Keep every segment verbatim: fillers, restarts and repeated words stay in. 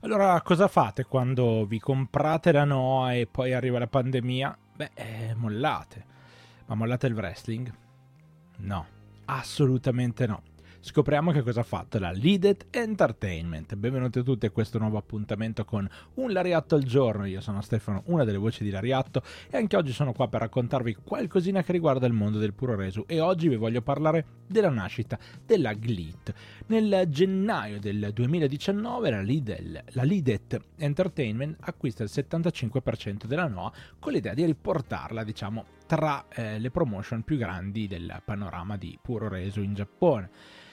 Allora, cosa fate quando vi comprate la Noa e poi arriva la pandemia? Beh, eh, mollate. Ma mollate il wrestling? No, assolutamente no. Scopriamo che cosa ha fatto la Lidet Entertainment. Benvenuti a tutti a questo nuovo appuntamento con un Lariatto al giorno. Io sono Stefano, una delle voci di Lariatto, e anche oggi sono qua per raccontarvi qualcosina che riguarda il mondo del puro resu. E oggi vi voglio parlare della nascita della G L I T. Nel gennaio del duemiladiciannove la, Lidl, la Lidet Entertainment acquista il settantacinque per cento della Noa con l'idea di riportarla, diciamo, tra eh, le promotion più grandi del panorama di puro resu in Giappone.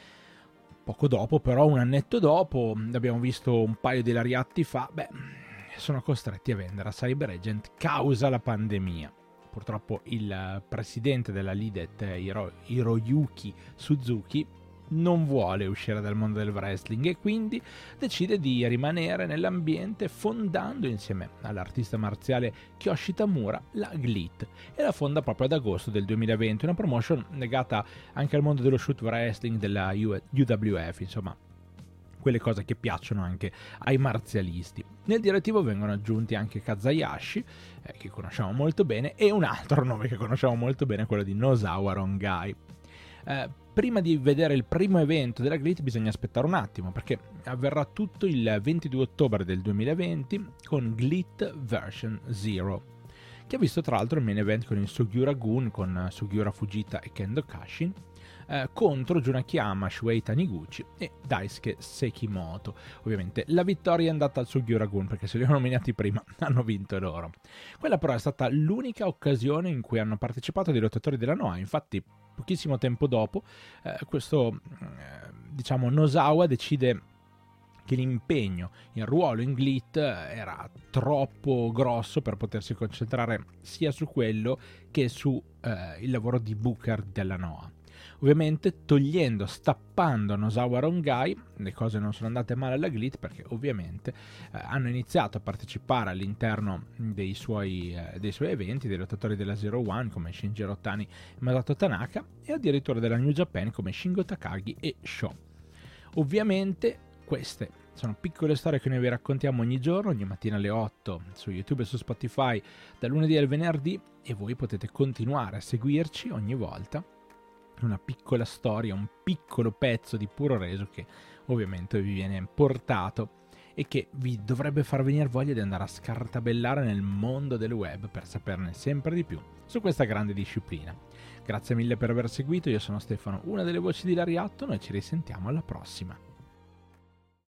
Poco dopo, però, un annetto dopo, abbiamo visto un paio di lariatti fa, beh, sono costretti a vendere a CyberAgent causa la pandemia. Purtroppo il presidente della Lidet, Hiro, Hiroyuki Suzuki, non vuole uscire dal mondo del wrestling e quindi decide di rimanere nell'ambiente, fondando insieme all'artista marziale Kiyoshi Tamura la G L I T, e la fonda proprio ad agosto del duemilaventi, una promotion legata anche al mondo dello shoot wrestling, della U W F, insomma quelle cose che piacciono anche ai marzialisti. Nel direttivo vengono aggiunti anche Kazayashi, eh, che conosciamo molto bene, e un altro nome che conosciamo molto bene, quello di Nosawa Rongai. Eh, prima di vedere il primo evento della G L I T bisogna aspettare un attimo, perché avverrà tutto il ventidue ottobre del duemilaventi con G L I T Version Zero, che ha visto tra l'altro il main event con il Sugiura Gun, con Sugiura Fujita e Kendo Kashin, eh, contro Junakiyama, Shuei Taniguchi e Daisuke Sekimoto. Ovviamente la vittoria è andata al Sugiura Gun, perché se li ho nominati prima hanno vinto loro. Quella però è stata l'unica occasione in cui hanno partecipato dei lottatori della Noa. Infatti pochissimo tempo dopo eh, questo eh, diciamo Nosawa decide che l'impegno, il ruolo in G L I T era troppo grosso per potersi concentrare sia su quello che su eh, il lavoro di booker della Noa. Ovviamente togliendo, stappando Nosawa Rongai, le cose non sono andate male alla G L I T, perché ovviamente eh, hanno iniziato a partecipare all'interno dei suoi, eh, dei suoi eventi, dei lottatori della Zero One come Shinjiro Tani e Masato Tanaka, e addirittura della New Japan come Shingo Takagi e Sho. Ovviamente queste sono piccole storie che noi vi raccontiamo ogni giorno, ogni mattina alle otto su YouTube e su Spotify, dal lunedì al venerdì, e voi potete continuare a seguirci ogni volta. Una piccola storia, un piccolo pezzo di puro reso che ovviamente vi viene portato e che vi dovrebbe far venire voglia di andare a scartabellare nel mondo del web per saperne sempre di più su questa grande disciplina. Grazie mille per aver seguito, io sono Stefano, una delle voci di Lariatto, noi ci risentiamo alla prossima.